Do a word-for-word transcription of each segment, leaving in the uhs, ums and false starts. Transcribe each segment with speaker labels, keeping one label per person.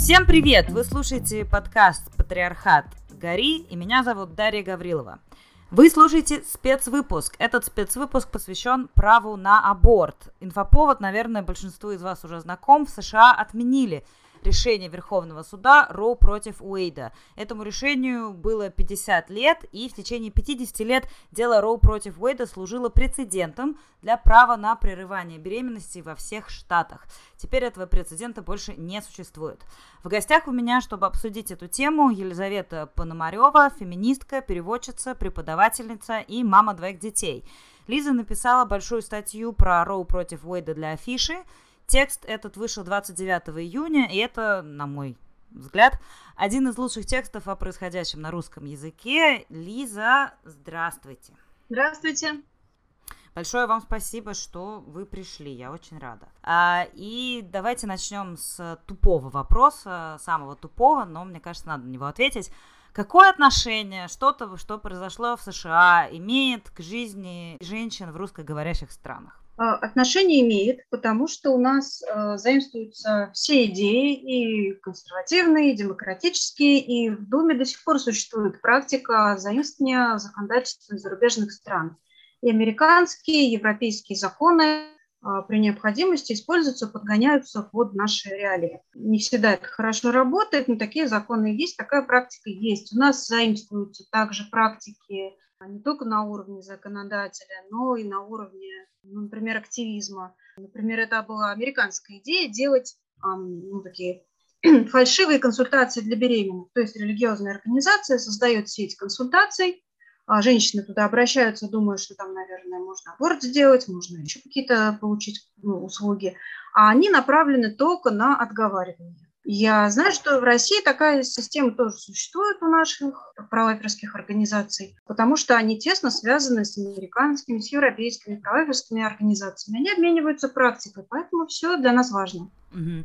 Speaker 1: Всем привет! Вы слушаете подкаст «Патриархат. Гори», и меня зовут Дарья Гаврилова. Вы слушаете спецвыпуск. Этот спецвыпуск посвящен праву на аборт. Инфоповод, наверное, большинству из вас уже знаком. В США отменили решение Верховного суда Роу против Уэйда. Этому решению было пятьдесят лет, и в течение пятьдесят лет дело Роу против Уэйда служило прецедентом для права на прерывание беременности во всех штатах. Теперь этого прецедента больше не существует. В гостях у меня, чтобы обсудить эту тему, Елизавета Пономарева, феминистка, переводчица, преподавательница и мама двоих детей. Лиза написала большую статью про Роу против Уэйда для Афиши. Текст этот вышел двадцать девятого июня, и это, на мой взгляд, один из лучших текстов о происходящем на русском языке. Лиза, здравствуйте.
Speaker 2: Здравствуйте.
Speaker 1: Большое вам спасибо, что вы пришли, я очень рада. А, и давайте начнем с тупого вопроса, самого тупого, но мне кажется, надо на него ответить. Какое отношение что-то, что произошло в США, имеет к жизни женщин в русскоговорящих странах?
Speaker 2: Отношение имеет, потому что у нас э, заимствуются все идеи, и консервативные, и демократические, и в Думе до сих пор существует практика заимствования законодательства зарубежных стран. И американские, и европейские законы э, при необходимости используются, подгоняются под наши реалии. Не всегда это хорошо работает, но такие законы есть, такая практика есть. У нас заимствуются также практики не только на уровне законодателя, но и на уровне, ну, например, активизма. Например, это была американская идея делать ну, такие фальшивые консультации для беременных. То есть религиозная организация создает сеть консультаций, а женщины туда обращаются, думают, что там, наверное, можно аборт сделать, можно еще какие-то получить ну, услуги, а они направлены только на отговаривание. Я знаю, что в России такая система тоже существует у наших правоверских организаций, потому что они тесно связаны с американскими, с европейскими правоверскими организациями. Они обмениваются практикой, поэтому все для нас важно.
Speaker 1: Угу.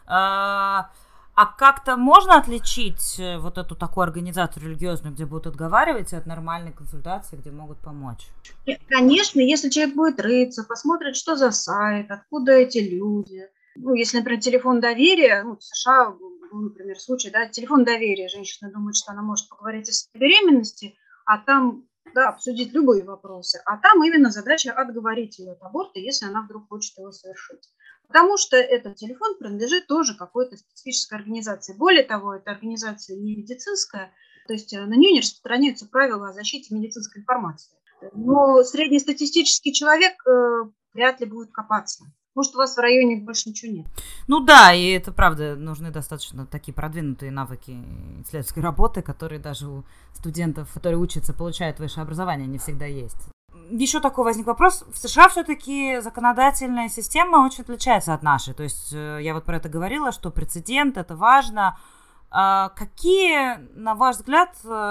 Speaker 1: А, а как-то можно отличить вот эту такую организацию религиозную, где будут отговаривать, от нормальной консультации, где могут помочь?
Speaker 2: Конечно, если человек будет рыться, посмотрит, что за сайт, откуда эти люди. Ну, если, например, телефон доверия, ну, в США, был, например, случай, да, телефон доверия, женщина думает, что она может поговорить о своей беременности, а там, да, обсудить любые вопросы, а там именно задача отговорить ее от аборта, если она вдруг хочет его совершить. Потому что этот телефон принадлежит тоже какой-то специфической организации. Более того, эта организация не медицинская, то есть на нее не распространяются правила о защите медицинской информации. Но среднестатистический человек э, вряд ли будет копаться. Может, у вас в районе больше ничего нет?
Speaker 1: Ну да, и это правда, нужны достаточно такие продвинутые навыки исследовательской работы, которые даже у студентов, которые учатся, получают высшее образование, не всегда есть. Еще такой возник вопрос. В США все-таки законодательная система очень отличается от нашей. То есть я вот про это говорила, что прецедент, это важно. А какие, на ваш взгляд,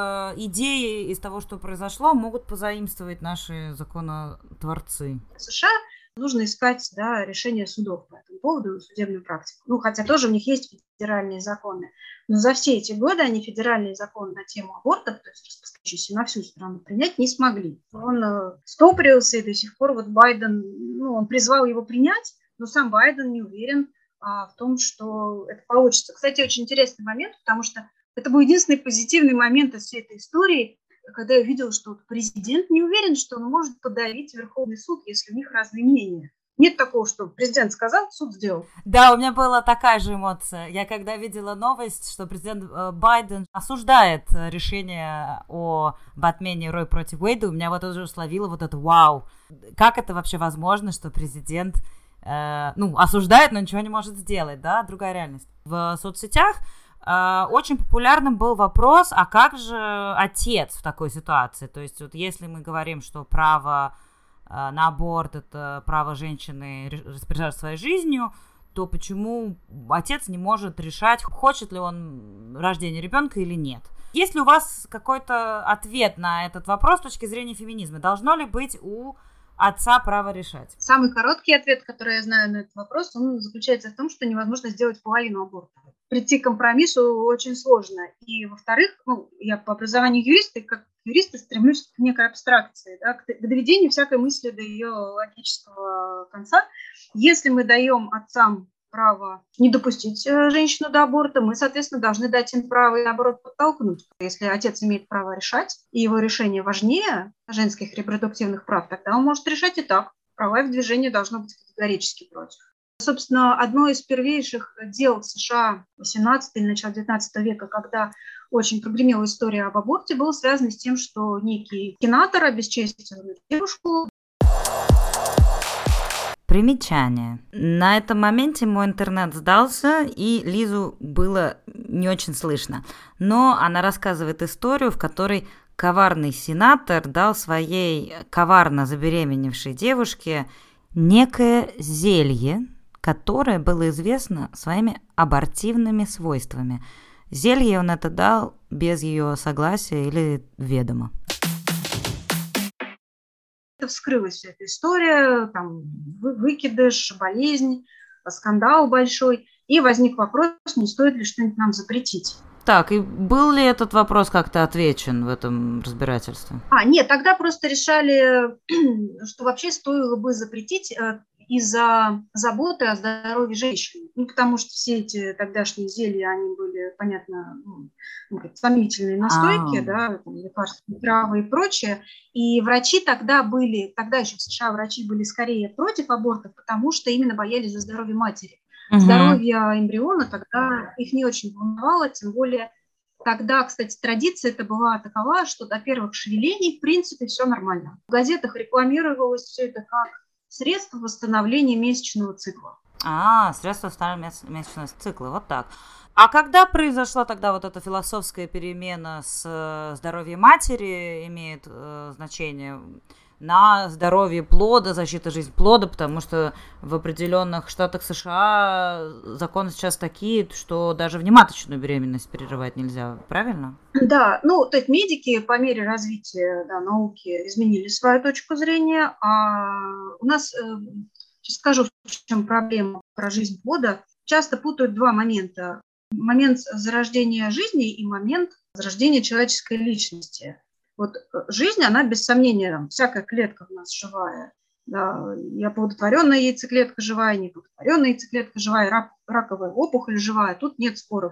Speaker 1: идеи из того, что произошло, могут позаимствовать наши законотворцы?
Speaker 2: В США нужно искать да, решение судов по этому поводу, судебную практику. Ну, хотя тоже у них есть федеральные законы. Но за все эти годы они федеральные законы на тему абортов, то есть распространяющиеся на всю страну, принять не смогли. Он э, стопорился, и до сих пор вот Байден, ну, он призвал его принять, но сам Байден не уверен а, в том, что это получится. Кстати, очень интересный момент, потому что это был единственный позитивный момент из всей этой истории, когда я увидела, что президент не уверен, что он может подавить Верховный суд, если у них разные мнения. Нет такого, что президент сказал, суд сделал.
Speaker 1: Да, у меня была такая же эмоция. Я когда видела новость, что президент Байден осуждает решение о об отмене Роу против Уэйда, у меня вот уже словило вот это вау. Как это вообще возможно, что президент э, ну, осуждает, но ничего не может сделать, да? Другая реальность. В соцсетях очень популярным был вопрос, а как же отец в такой ситуации? То есть вот если мы говорим, что право на аборт – это право женщины распоряжаться своей жизнью, то почему отец не может решать, хочет ли он рождения ребенка или нет? Есть ли у вас какой-то ответ на этот вопрос с точки зрения феминизма? Должно ли быть у отца право решать?
Speaker 2: Самый короткий ответ, который я знаю на этот вопрос, он заключается в том, что невозможно сделать половину аборта. Прийти к компромиссу очень сложно. И, во-вторых, ну, я по образованию юрист, и как юрист стремлюсь к некой абстракции, да, к доведению всякой мысли до ее логического конца. Если мы даем отцам право не допустить женщину до аборта, мы, соответственно, должны дать им право и, наоборот, подтолкнуть. Если отец имеет право решать, и его решение важнее женских репродуктивных прав, тогда он может решать и так. Права и в движении должно быть категорически против. Собственно, одно из первейших дел в США восемнадцатого или начала девятнадцатого века, когда очень прогремела история об аборте, было связано с тем, что некий сенатор обесчестил девушку.
Speaker 1: Примечание. На этом моменте мой интернет сдался, и Лизу было не очень слышно. Но она рассказывает историю, в которой коварный сенатор дал своей коварно забеременевшей девушке некое зелье, которое было известно своими абортивными свойствами. Зелье он это дал без ее согласия или ведома.
Speaker 2: Вскрылась вся эта история, там, выкидыш, болезнь, скандал большой, и возник вопрос, не стоит ли что-нибудь нам запретить.
Speaker 1: Так, и был ли этот вопрос как-то отвечен в этом разбирательстве?
Speaker 2: А, нет, тогда просто решали, что вообще стоило бы запретить из-за заботы о здоровье женщин. Ну, потому что все эти тогдашние зелья, они были, понятно, ну, сомнительные настойки, да, там, лекарственные травы и прочее. И врачи тогда были, тогда еще в США врачи были скорее против абортов, потому что именно боялись за здоровье матери. Угу. Здоровье эмбриона тогда их не очень волновало, тем более тогда, кстати, традиция это была такова, что до первых шевелений, в принципе, все нормально. В газетах рекламировалось все это как средство восстановления месячного цикла.
Speaker 1: А, средство восстановления месячного цикла, вот так. А когда произошла тогда вот эта философская перемена с здоровьем матери, имеет э, значение на здоровье плода, защита жизни плода, потому что в определенных штатах США законы сейчас такие, что даже внематочную беременность перерывать нельзя, правильно?
Speaker 2: Да, ну, то есть медики по мере развития да, науки изменили свою точку зрения, а у нас, сейчас скажу, в чем проблема про жизнь плода, часто путают два момента. Момент зарождения жизни и момент зарождения человеческой личности. Вот жизнь, она без сомнения, там, всякая клетка у нас живая. Да, и оплодотворенная яйцеклетка живая, неоплодотворенная яйцеклетка живая, рак, раковая опухоль живая, тут нет споров.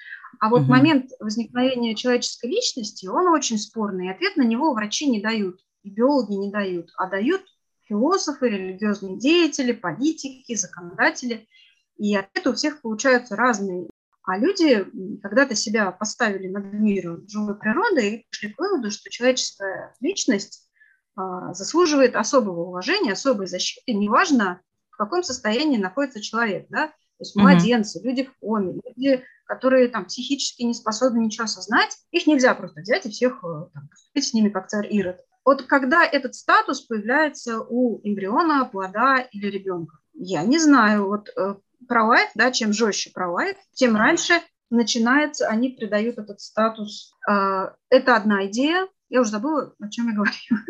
Speaker 2: А вот угу. момент возникновения человеческой личности, он очень спорный, и ответ на него врачи не дают, и биологи не дают, а дают философы, религиозные деятели, политики, законодатели. И ответы у всех получаются разные. А люди когда-то себя поставили над миром живой природы и пришли к выводу, что человеческая личность а, заслуживает особого уважения, особой защиты, неважно, в каком состоянии находится человек. Да? То есть младенцы, mm-hmm. люди в коме, люди, которые там, психически не способны ничего осознать, их нельзя просто взять и всех там, поступить с ними как царь Ирод. Вот когда этот статус появляется у эмбриона, плода или ребенка? Я не знаю. Вот про-лайф, да, чем жестче про-лайф, тем раньше начинается, они придают этот статус. Это одна идея. Я уже забыла, о чем я говорила.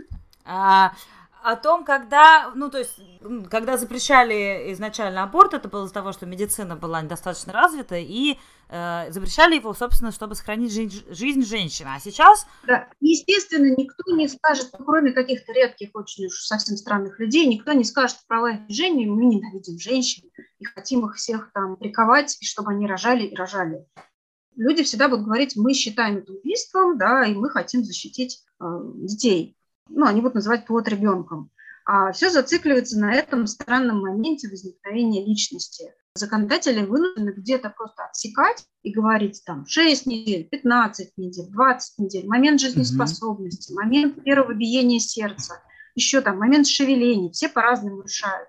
Speaker 1: А, о том, когда, ну, то есть, когда запрещали изначально аборт, это было из-за того, что медицина была недостаточно развита, и э, запрещали его, собственно, чтобы сохранить жизнь, жизнь женщины. А сейчас...
Speaker 2: Да, естественно, никто не скажет, кроме каких-то редких, очень уж совсем странных людей, никто не скажет в правах движения, мы ненавидим женщин и хотим их всех там приковать, и чтобы они рожали и рожали. Люди всегда будут говорить, мы считаем это убийством, да, и мы хотим защитить э, детей. Ну, они будут называть плод ребенком. А все зацикливается на этом странном моменте возникновения личности. Законодатели вынуждены где-то просто отсекать и говорить там шесть недель, пятнадцать недель, двадцать недель, момент жизнеспособности, mm-hmm. момент первого биения сердца, еще там момент шевеления, все по-разному решают.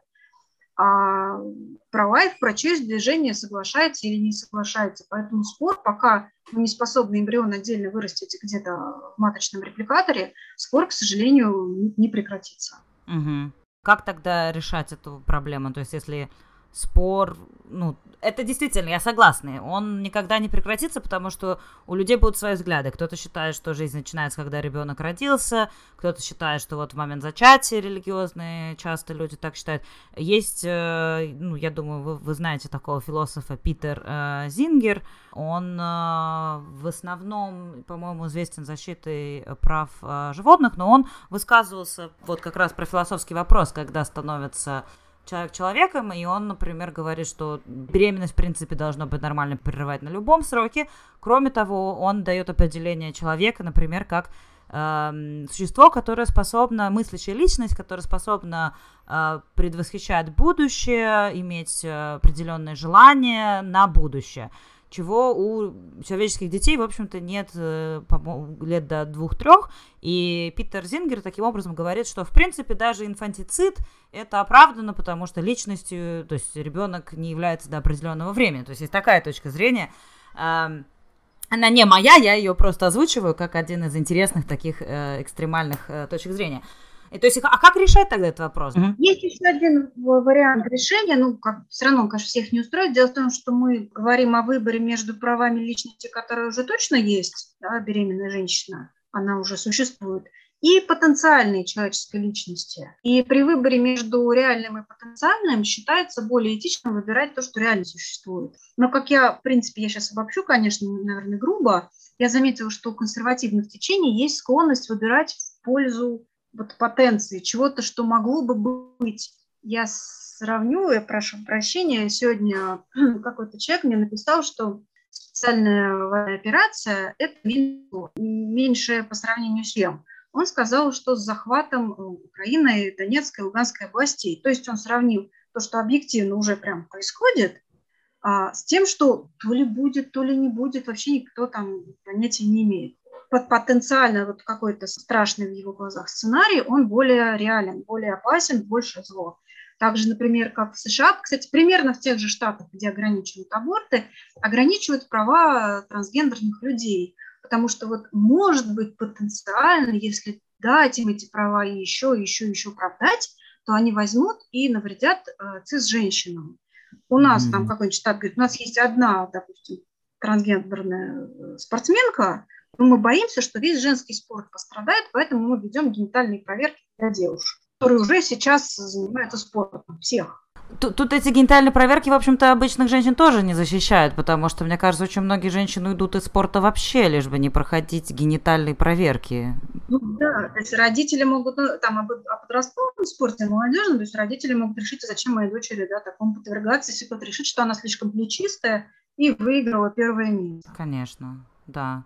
Speaker 2: А про-лайф, про честь движения соглашается или не соглашается. Поэтому спор, пока мы не способны эмбрион отдельно вырастить где-то в маточном репликаторе, спор, к сожалению, не прекратится.
Speaker 1: Угу. Как тогда решать эту проблему? То есть если спор, ну, это действительно, я согласна, он никогда не прекратится, потому что у людей будут свои взгляды. Кто-то считает, что жизнь начинается, когда ребенок родился, кто-то считает, что вот в момент зачатия религиозные, часто люди так считают. Есть, ну, я думаю, вы, вы знаете такого философа Питер э, Зингер, он э, в основном, по-моему, известен защитой прав э, животных, но он высказывался вот как раз про философский вопрос, когда становится человек человеком, и он, например, говорит, что беременность, в принципе, должно быть нормально прерывать на любом сроке. Кроме того, он дает определение человека, например, как э, существо, которое способно, мыслящая личность, которая способна э, предвосхищать будущее, иметь э, определенные желания на будущее, чего у человеческих детей, в общем-то, нет э, лет до двух-трех. И Питер Зингер таким образом говорит, что, в принципе, даже инфантицид это оправдано, потому что личностью, то есть ребенок не является до определенного времени. То есть есть такая точка зрения. Э, она не моя, я ее просто озвучиваю как один из интересных таких э, экстремальных э, точек зрения. И, то есть, а как решать тогда этот вопрос?
Speaker 2: Mm-hmm. Есть еще один вариант решения, ну, как, все равно, конечно, всех не устроит. Дело в том, что мы говорим о выборе между правами личности, которая уже точно есть, да, беременная женщина, она уже существует, и потенциальной человеческой личности. И при выборе между реальным и потенциальным считается более этичным выбирать то, что реально существует. Но, как я, в принципе, я сейчас обобщу, конечно, наверное, грубо, я заметила, что у консервативных течений есть склонность выбирать в пользу вот потенции, чего-то, что могло бы быть. Я сравню, я прошу прощения, сегодня какой-то человек мне написал, что специальная военная операция – это меньше по сравнению с чем. Он сказал, что с захватом Украины, Донецкой, Луганской областей. То есть он сравнил то, что объективно уже прям происходит, а, с тем, что то ли будет, то ли не будет, вообще никто там понятия не имеет. Потенциально вот какой-то страшный в его глазах сценарий, он более реален, более опасен, больше зло. Также, например, как в США, кстати, примерно в тех же штатах, где ограничивают аборты, ограничивают права трансгендерных людей. Потому что вот может быть потенциально, если дать им эти права и еще, еще, еще оправдать, то они возьмут и навредят э, цис-женщинам. У нас mm-hmm. там какой-нибудь штат говорит, у нас есть одна, допустим, трансгендерная спортсменка, но мы боимся, что весь женский спорт пострадает, поэтому мы ведем генитальные проверки для девушек, которые уже сейчас занимаются спортом, всех.
Speaker 1: Тут, тут эти генитальные проверки, в общем-то, обычных женщин тоже не защищают, потому что, мне кажется, очень многие женщины уйдут из спорта вообще, лишь бы не проходить генитальные проверки.
Speaker 2: Ну да, то есть родители могут, ну, там, о подростковом спорте, молодежном, то есть родители могут решить, зачем моей дочери, да, такому подвергаться, если кто-то решит, что она слишком плечистая и выиграла первое место.
Speaker 1: Конечно, да.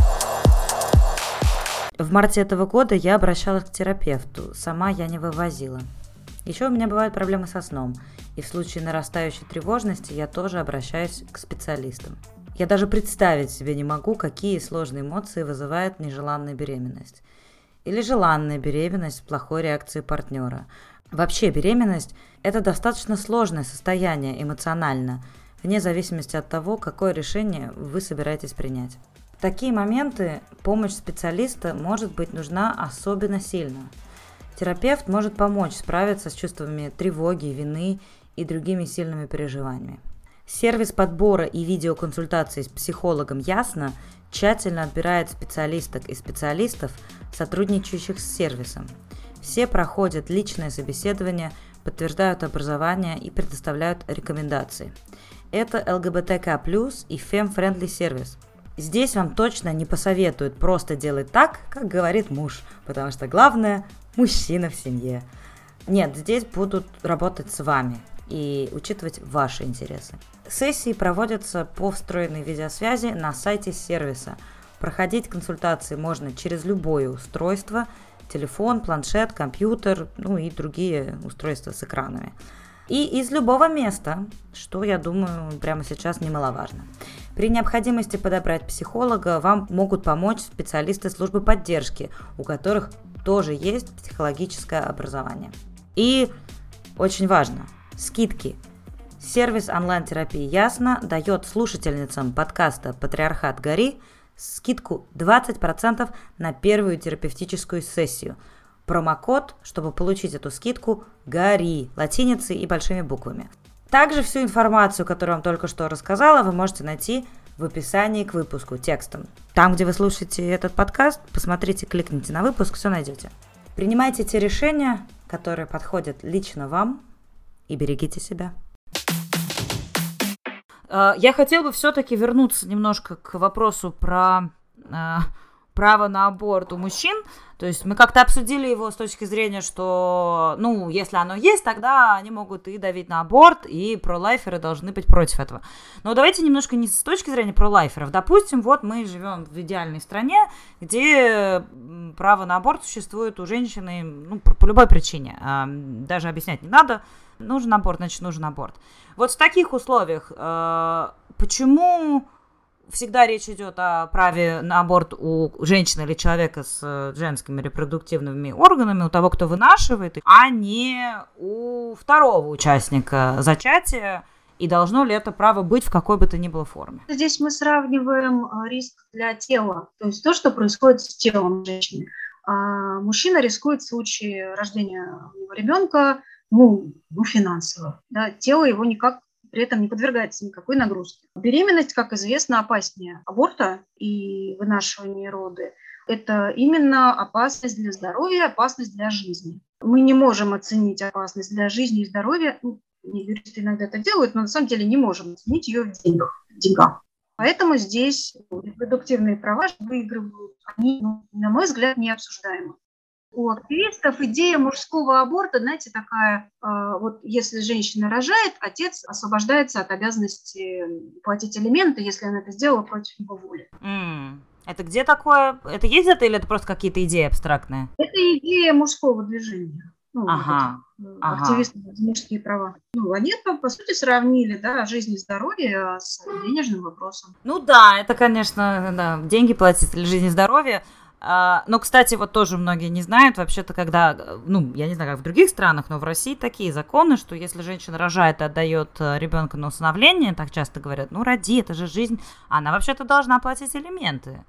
Speaker 1: В марте этого года я обращалась к терапевту, сама я не вывозила. Еще у меня бывают проблемы со сном, и в случае нарастающей тревожности я тоже обращаюсь к специалистам. Я даже представить себе не могу, какие сложные эмоции вызывает нежеланная беременность. Или желанная беременность с плохой реакцией партнера. Вообще беременность – это достаточно сложное состояние эмоционально, вне зависимости от того, какое решение вы собираетесь принять. В такие моменты помощь специалиста может быть нужна особенно сильно. Терапевт может помочь справиться с чувствами тревоги, вины и другими сильными переживаниями. Сервис подбора и видеоконсультаций с психологом «Ясно» тщательно отбирает специалисток и специалистов, сотрудничающих с сервисом. Все проходят личное собеседование, подтверждают образование и предоставляют рекомендации. Это эл гэ бэ тэ ка плюс и фем-френдли сервис. Здесь вам точно не посоветуют просто делать так, как говорит муж, потому что главное – мужчина в семье. Нет, здесь будут работать с вами и учитывать ваши интересы. Сессии проводятся по встроенной видеосвязи на сайте сервиса. Проходить консультации можно через любое устройство – телефон, планшет, компьютер, ну и другие устройства с экранами. И из любого места, что, я думаю, прямо сейчас немаловажно. При необходимости подобрать психолога вам могут помочь специалисты службы поддержки, у которых тоже есть психологическое образование. И очень важно, скидки. Сервис онлайн-терапии «Ясно» дает слушательницам подкаста «Патриархат. Гори» скидку двадцать процентов на первую терапевтическую сессию. Промокод, чтобы получить эту скидку, «Гори» латиницей и большими буквами. Также всю информацию, которую я вам только что рассказала, вы можете найти в описании к выпуску текстом. Там, где вы слушаете этот подкаст, посмотрите, кликните на выпуск, все найдете. Принимайте те решения, которые подходят лично вам, и берегите себя. Я хотела бы все-таки вернуться немножко к вопросу про право на аборт у мужчин. То есть мы как-то обсудили его с точки зрения, что, ну, если оно есть, тогда они могут и давить на аборт, и пролайферы должны быть против этого. Но давайте немножко не с точки зрения пролайферов. Допустим, вот мы живем в идеальной стране, где право на аборт существует у женщины, ну, по любой причине. Даже объяснять не надо. Нужен аборт, значит, нужен аборт. Вот в таких условиях почему... Всегда речь идет о праве на аборт у женщины или человека с женскими репродуктивными органами, у того, кто вынашивает, а не у второго участника зачатия, и должно ли это право быть в какой бы то ни было форме.
Speaker 2: Здесь мы сравниваем риск для тела, то есть то, что происходит с телом женщины. А мужчина рискует в случае рождения ребенка, ну, ну финансово. Да, тело его никак при этом не подвергается никакой нагрузке. Беременность, как известно, опаснее аборта и вынашивания роды. Это именно опасность для здоровья, опасность для жизни. Мы не можем оценить опасность для жизни и здоровья. Ну, юристы иногда это делают, но на самом деле не можем оценить ее в деньгах. В деньгах. Поэтому здесь репродуктивные права выигрывают. Они, ну, на мой взгляд, не обсуждаемы. У активистов идея мужского аборта, знаете, такая, э, вот если женщина рожает, отец освобождается от обязанности платить алименты, если она это сделала против его воли.
Speaker 1: Mm. Это где такое? Это есть это или это просто какие-то идеи абстрактные?
Speaker 2: Это идея мужского движения. Ну,
Speaker 1: ага.
Speaker 2: Вот
Speaker 1: ага.
Speaker 2: Активисты за мужские права. Ну, они, по сути, сравнили, да, жизнь и здоровье с денежным вопросом.
Speaker 1: Ну да, это, конечно, да, деньги платить или жизнь и здоровье. Uh, но, кстати, вот тоже многие не знают, вообще-то, когда, ну, я не знаю, как в других странах, но в России такие законы, что если женщина рожает и отдает ребенка на усыновление, так часто говорят, ну, роди, это же жизнь, она вообще-то должна платить алименты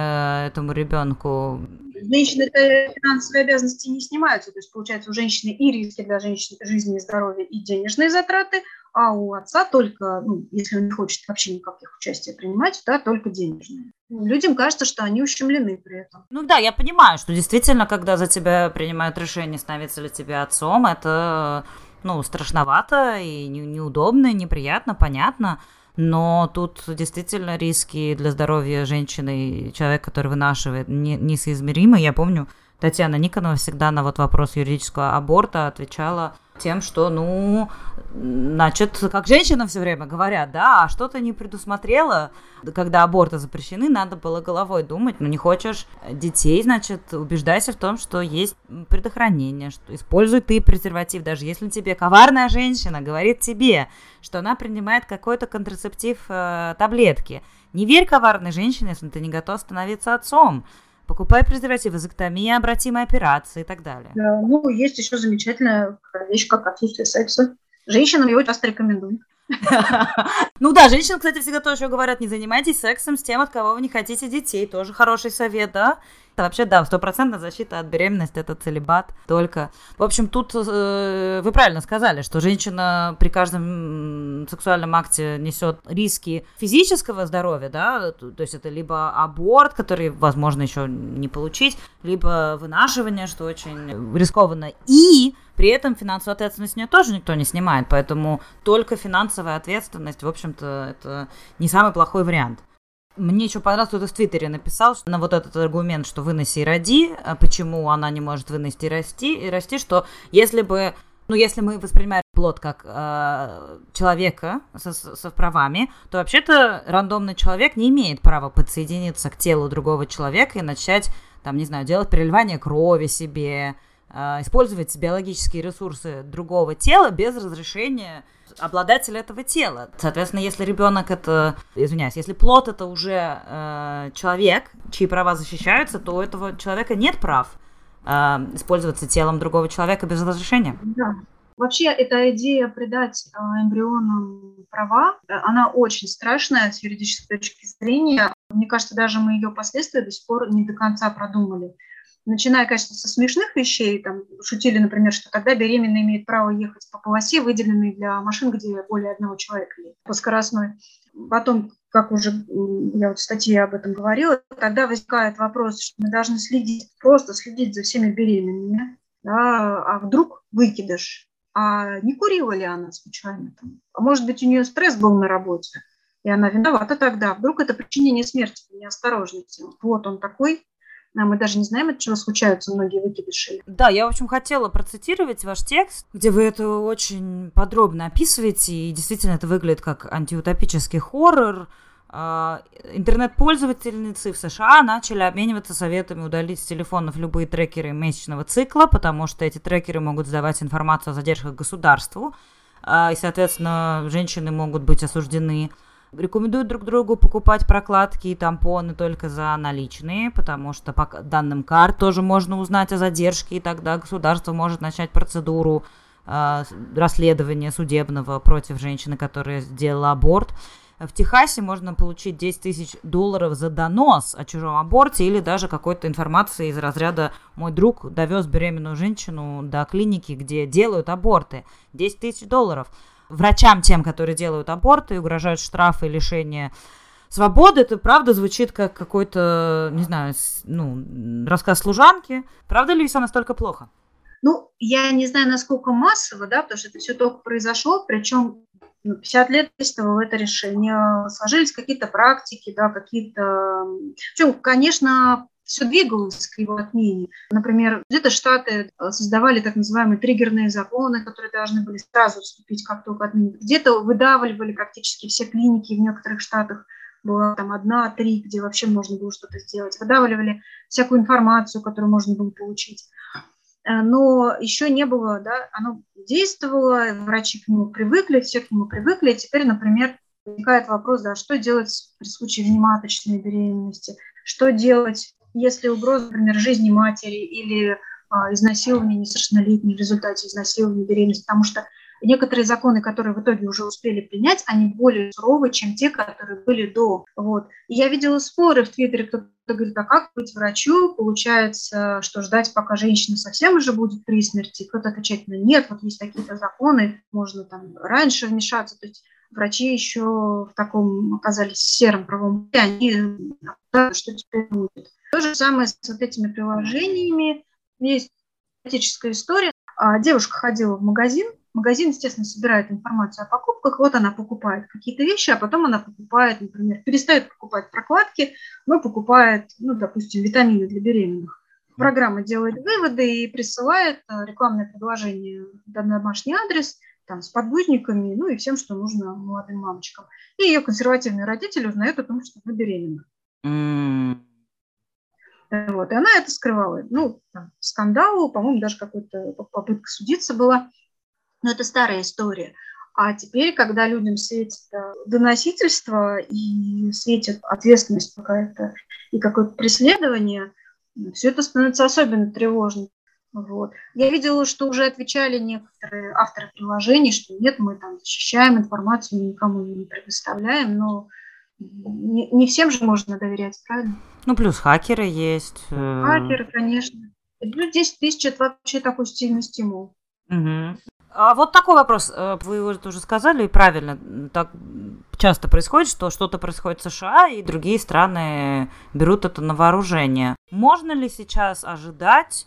Speaker 1: э, этому ребенку.
Speaker 2: Женщины-то финансовые обязанности не снимаются, то есть, получается, у женщины и риски для женщины жизни и здоровья, и денежные затраты, а у отца только, ну, если он не хочет вообще никаких участия принимать, да, только денежные. Людям кажется, что они ущемлены при этом.
Speaker 1: Ну да, я понимаю, что действительно, когда за тебя принимают решение, становиться ли тебе отцом, это, ну, страшновато и не, неудобно, и неприятно, понятно. Но тут действительно риски для здоровья женщины и человека, который вынашивает, не, несоизмеримы. Я помню, Татьяна Никонова всегда на вот вопрос юридического аборта отвечала тем, что, ну, значит, как женщинам все время говорят, да, а что ты не предусмотрела, когда аборты запрещены, надо было головой думать, ну, не хочешь детей, значит, убеждайся в том, что есть предохранение, что используй ты презерватив, даже если тебе коварная женщина говорит тебе, что она принимает какой-то контрацептив э, таблетки. Не верь коварной женщине, если ты не готов становиться отцом. Покупай презерватив, вазэктомия, обратимые операции и так далее.
Speaker 2: Да, ну, есть еще замечательная вещь, как отсутствие секса. Женщинам его часто рекомендуют.
Speaker 1: Ну да, женщины, кстати, всегда тоже еще говорят, не занимайтесь сексом с тем, от кого вы не хотите детей. Тоже хороший совет, да? Это вообще, да, стопроцентная защита от беременности, это целибат только. В общем, тут э, вы правильно сказали, что женщина при каждом сексуальном акте несет риски физического здоровья, да, то, то есть это либо аборт, который, возможно, еще не получить, либо вынашивание, что очень рискованно, и при этом финансовую ответственность с нее тоже никто не снимает, поэтому только финансовая ответственность, в общем-то, это не самый плохой вариант. Мне еще понравилось, кто-то в Твиттере написал что на вот этот аргумент, что выноси и роди, почему она не может вынести и расти, и расти, что если бы, ну, если мы воспринимаем плод как э, человека со, со правами, то вообще-то рандомный человек не имеет права подсоединиться к телу другого человека и начать, там, не знаю, делать переливание крови себе, э, использовать биологические ресурсы другого тела без разрешения обладатель этого тела. Соответственно, если ребенок это, извиняюсь, если плод это уже э, человек, чьи права защищаются, то у этого человека нет прав э, использоваться телом другого человека без разрешения.
Speaker 2: Да. Вообще, эта идея придать э, эмбрионам права, она очень страшная с юридической точки зрения. Мне кажется, даже мы ее последствия до сих пор не до конца продумали. Начиная, конечно, со смешных вещей, там шутили, например, что тогда беременная имеет право ехать по полосе, выделенной для машин, где более одного человека едет, по скоростной. Потом, как уже я вот в статье об этом говорила, тогда возникает вопрос, что мы должны следить, просто следить за всеми беременными, да, а вдруг выкидыш, а не курила ли она случайно там? А может быть, у нее стресс был на работе, и она виновата тогда, вдруг это причинение смерти по неосторожности. Вот он такой. А мы даже не знаем, от чего случаются многие выкидыши.
Speaker 1: Да, я, в общем, хотела процитировать ваш текст, где вы это очень подробно описываете, и действительно это выглядит как антиутопический хоррор. Интернет-пользовательницы в США начали обмениваться советами удалить с телефонов любые трекеры месячного цикла, потому что эти трекеры могут сдавать информацию о задержках государству, и, соответственно, женщины могут быть осуждены. Рекомендуют друг другу покупать прокладки и тампоны только за наличные, потому что по данным карт тоже можно узнать о задержке, и тогда государство может начать процедуру э, расследования судебного против женщины, которая сделала аборт. В Техасе можно получить десять тысяч долларов за донос о чужом аборте или даже какой-то информации из разряда «Мой друг довез беременную женщину до клиники, где делают аборты». десять тысяч долларов. Врачам тем, которые делают аборты, угрожают штрафы и лишение свободы. Это правда звучит как какой-то, не знаю, ну, рассказ служанки. Правда ли все настолько плохо?
Speaker 2: Ну, я не знаю, насколько массово, да, потому что это все только произошло, причем пятьдесят лет действовало это решение, сложились какие-то практики, да, какие-то... Причем, конечно, все двигалось к его отмене. Например, где-то Штаты создавали так называемые триггерные законы, которые должны были сразу вступить, как только отменили. Где-то выдавливали практически все клиники в некоторых штатах. Была там одна, три, где вообще можно было что-то сделать. Выдавливали всякую информацию, которую можно было получить. Но еще не было, да, оно действовало, врачи к нему привыкли, все к нему привыкли. Теперь, например, возникает вопрос, да, что делать при случае внематочной беременности, что делать, если угроза, например, жизни матери или а, изнасилования несовершеннолетней в результате изнасилования беременности, потому что некоторые законы, которые в итоге уже успели принять, они более суровые, чем те, которые были до. Вот. И я видела споры в Твиттере, кто-то говорит, а как быть врачу? Получается, что ждать, пока женщина совсем уже будет при смерти. Кто-то отвечает, ну нет, вот есть такие-то законы, можно там раньше вмешаться. То есть врачи еще в таком оказались сером правом поле, они что теперь будет. То же самое с вот этими приложениями. Есть практическая история. Девушка ходила в магазин, магазин, естественно, собирает информацию о покупках, вот она покупает какие-то вещи, а потом она покупает, например, перестает покупать прокладки, но покупает, ну, допустим, витамины для беременных. Программа делает выводы и присылает рекламное предложение на домашний адрес, там, с подгузниками, ну, и всем, что нужно молодым мамочкам. И ее консервативные родители узнают о том, что она беременна. Mm. Вот, и она это скрывала. Ну, там, скандал, по-моему, даже какая-то попытка судиться была. Но это старая история. А теперь, когда людям светит доносительство и светит ответственность какая-то и какое-то преследование, все это становится особенно тревожным. Вот. Я видела, что уже отвечали некоторые авторы приложений, что нет, мы там защищаем информацию, мы никому ее не предоставляем, но не, не всем же можно доверять, правильно?
Speaker 1: Ну, плюс хакеры есть.
Speaker 2: Хакеры, конечно. Ну, десять тысяч – это вообще такой сильный стимул.
Speaker 1: Угу. А вот такой вопрос. Вы это уже сказали, и правильно. Так часто происходит, что что-то происходит в США, и другие страны берут это на вооружение. Можно ли сейчас ожидать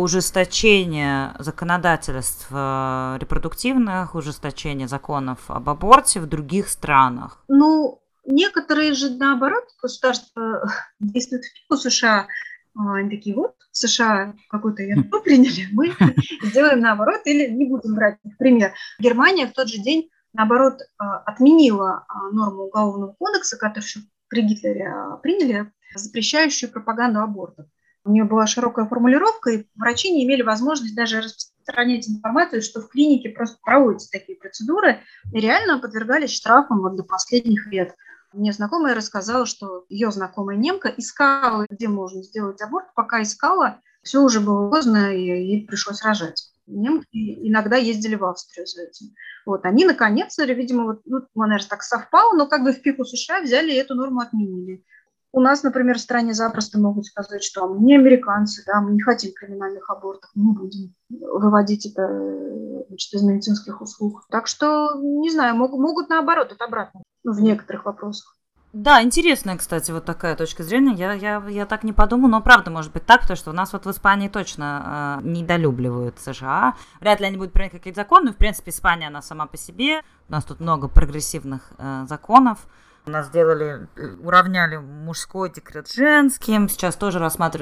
Speaker 1: ужесточения законодательства репродуктивных, ужесточения законов об аборте в других странах?
Speaker 2: Ну, некоторые же, наоборот, государства действуют в пику США. Они такие, вот, США какую-то ерунду приняли, мы сделаем наоборот или не будем брать их пример. Германия в тот же день, наоборот, отменила норму Уголовного кодекса, которую еще при Гитлере приняли, запрещающую пропаганду абортов. У нее была широкая формулировка, и врачи не имели возможности даже распространять информацию, что в клинике просто проводятся такие процедуры, и реально подвергались штрафам вот до последних лет. Мне знакомая рассказала, что ее знакомая немка искала, где можно сделать аборт. Пока искала, все уже было поздно, и ей пришлось рожать. Немки иногда ездили в Австрию за этим. Вот, они наконец-то, видимо, вот, ну, наверное, так совпало, но как бы в пику США взяли и эту норму отменили. У нас, например, в стране запросто могут сказать, что мы не американцы, да, мы не хотим криминальных абортов, мы не будем выводить это, значит, из медицинских услуг. Так что, не знаю, могут, могут наоборот, это обратно в некоторых вопросах.
Speaker 1: Да, интересная, кстати, вот такая точка зрения. Я, я, я так не подумала, но правда может быть так, потому что у нас вот в Испании точно э, недолюбливают США. Вряд ли они будут принять какие-то законы. В принципе, Испания, она сама по себе. У нас тут много прогрессивных э, законов. У нас сделали, уравняли мужской декрет с женским. Сейчас тоже рассматривают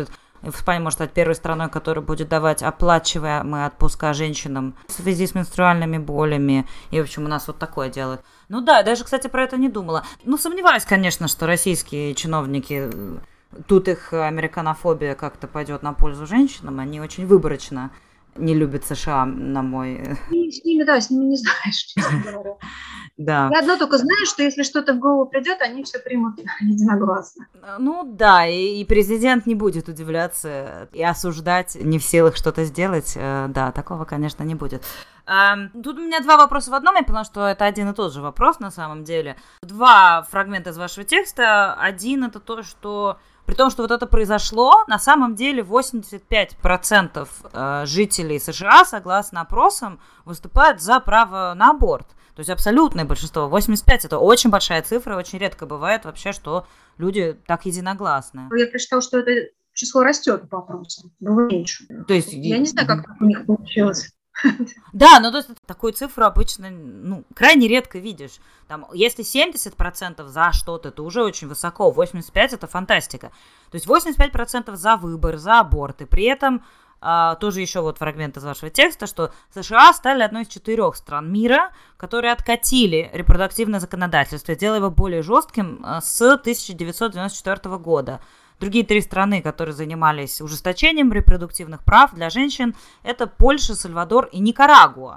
Speaker 1: Испания может стать первой страной, которая будет давать оплачиваемые отпуска женщинам в связи с менструальными болями. И, в общем, у нас вот такое делают. Ну да, даже, кстати, про это не думала. Ну, сомневаюсь, конечно, что российские чиновники, тут их американофобия как-то пойдет на пользу женщинам. Они очень выборочно не любят США, на мой...
Speaker 2: И с ними, да, с ними не знаешь, честно говоря.
Speaker 1: Да.
Speaker 2: Я одно только знаю, что если что-то в голову придет, они все примут единогласно.
Speaker 1: Ну да, и, и президент не будет удивляться и осуждать, не в силах что-то сделать. Да, такого, конечно, не будет. Тут у меня два вопроса в одном, я поняла, что это один и тот же вопрос на самом деле. Два фрагмента из вашего текста. Один — это то, что при том, что вот это произошло, на самом деле восемьдесят пять процентов жителей США, согласно опросам, выступают за право на аборт. То есть абсолютное большинство, восемьдесят пять, это очень большая цифра, очень редко бывает вообще, что люди так единогласны.
Speaker 2: Я прочитала, что это число растет по опросам, было меньше. То есть, я не знаю, как у них получилось.
Speaker 1: Да, ну то есть такую цифру обычно, ну, крайне редко видишь. Там, если семьдесят процентов за что-то, это уже очень высоко, восемьдесят пять процентов это фантастика. То есть восемьдесят пять процентов за выбор, за аборты. При этом а, тоже еще вот фрагмент из вашего текста, что США стали одной из четырех стран мира, которые откатили репродуктивное законодательство, делая его более жестким с тысяча девятьсот девяносто четвёртого года. Другие три страны, которые занимались ужесточением репродуктивных прав для женщин, это Польша, Сальвадор и Никарагуа.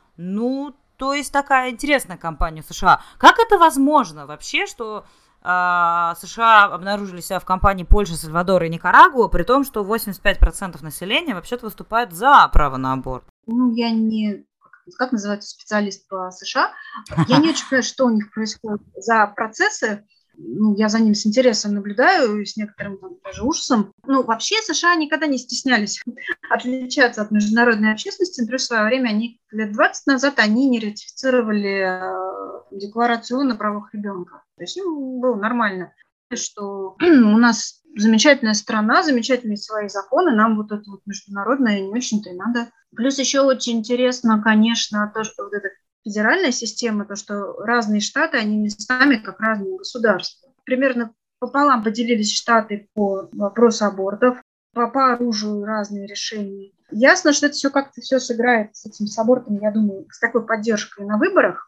Speaker 1: Ну, то есть такая интересная кампания в США. Как это возможно вообще, что э, США обнаружили себя в кампании Польши, Сальвадора и Никарагуа, при том, что восемьдесят пять процентов населения вообще-то выступает за право на аборт?
Speaker 2: Ну, я не... Как называется специалист по США? Я не очень понимаю, что у них происходит за процессы. Ну, я за ним с интересом наблюдаю, с некоторым там, даже ужасом. Ну, вообще США никогда не стеснялись отличаться от международной общественности. Например, в свое время, они лет двадцать назад, они не ратифицировали э, декларацию на правах ребенка. То есть им было нормально, что у нас замечательная страна, замечательные свои законы, нам вот это вот международное не очень-то и надо. Плюс еще очень интересно, конечно, то, что вот это федеральная система, то, что разные штаты, они местами как разные государства. Примерно пополам поделились штаты по вопросу абортов, по, по оружию разные решения. Ясно, что это все как-то все сыграет с этим с абортом, я думаю, с такой поддержкой на выборах.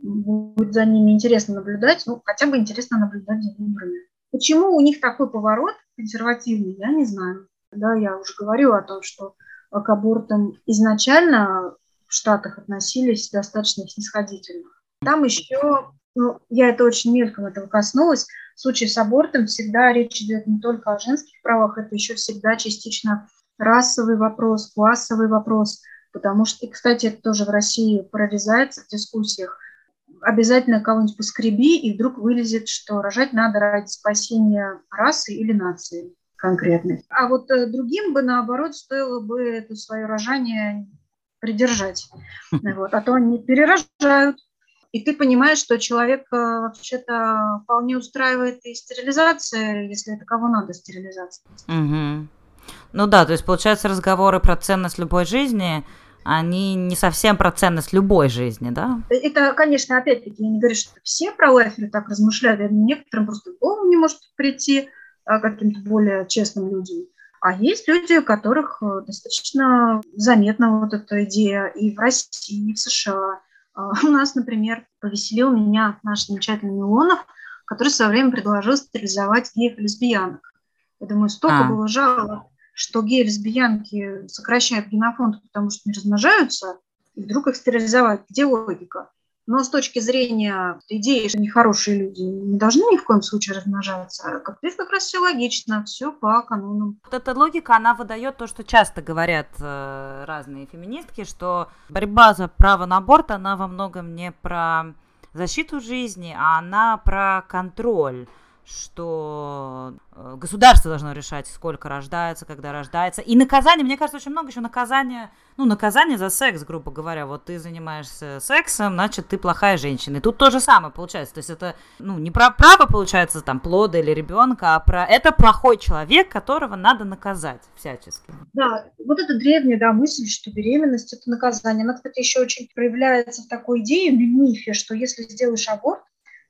Speaker 2: Будет за ними интересно наблюдать, ну, хотя бы интересно наблюдать за выборами. Почему у них такой поворот консервативный, я не знаю. Да, я уже говорила о том, что к абортам изначально в Штатах относились достаточно снисходительно. Там еще, ну, я это очень мельком этого коснулась, в случае с абортом всегда речь идет не только о женских правах, это еще всегда частично расовый вопрос, классовый вопрос, потому что, и, кстати, это тоже в России прорезается в дискуссиях. Обязательно кого-нибудь поскреби, и вдруг вылезет, что рожать надо ради спасения расы или нации конкретной. А вот э, другим бы, наоборот, стоило бы это свое рожание придержать. Вот. А то они перерожают. И ты понимаешь, что человек э, вообще-то вполне устраивает и стерилизация, если это кого надо, стерилизация.
Speaker 1: Угу. Ну да, то есть, получается, разговоры про ценность любой жизни, они не совсем про ценность любой жизни, да?
Speaker 2: Это, конечно, опять-таки, я не говорю, что все про лайферы так размышляют, некоторым просто в голову не может прийти а, каким-то более честным людям. А есть люди, у которых достаточно заметна вот эта идея и в России, и в США. У нас, например, повеселил меня наш замечательный Милонов, который в свое время предложил стерилизовать геев и лесбиянок. Я думаю, столько а. было жалоб, что геи и лесбиянки сокращают генофонд, потому что не размножаются, и вдруг их стерилизовать. Где логика? Но с точки зрения идеи, что нехорошие люди не должны ни в коем случае размножаться, как здесь как раз все логично, все по канонам.
Speaker 1: Вот эта логика, она выдает то, что часто говорят э, разные феминистки, что борьба за право на аборт, она во многом не про защиту жизни, а она про контроль, что государство должно решать, сколько рождается, когда рождается. И наказание, мне кажется, очень много еще наказания, ну, наказание за секс, грубо говоря. Вот ты занимаешься сексом, значит, ты плохая женщина. И тут то же самое получается. То есть это, ну, не про право, получается, там, плода или ребенка, а про это плохой человек, которого надо наказать всячески.
Speaker 2: Да, вот это древняя, да, мысль, что беременность – это наказание. Она, кстати, еще очень проявляется в такой идее, в мифе, что если сделаешь аборт,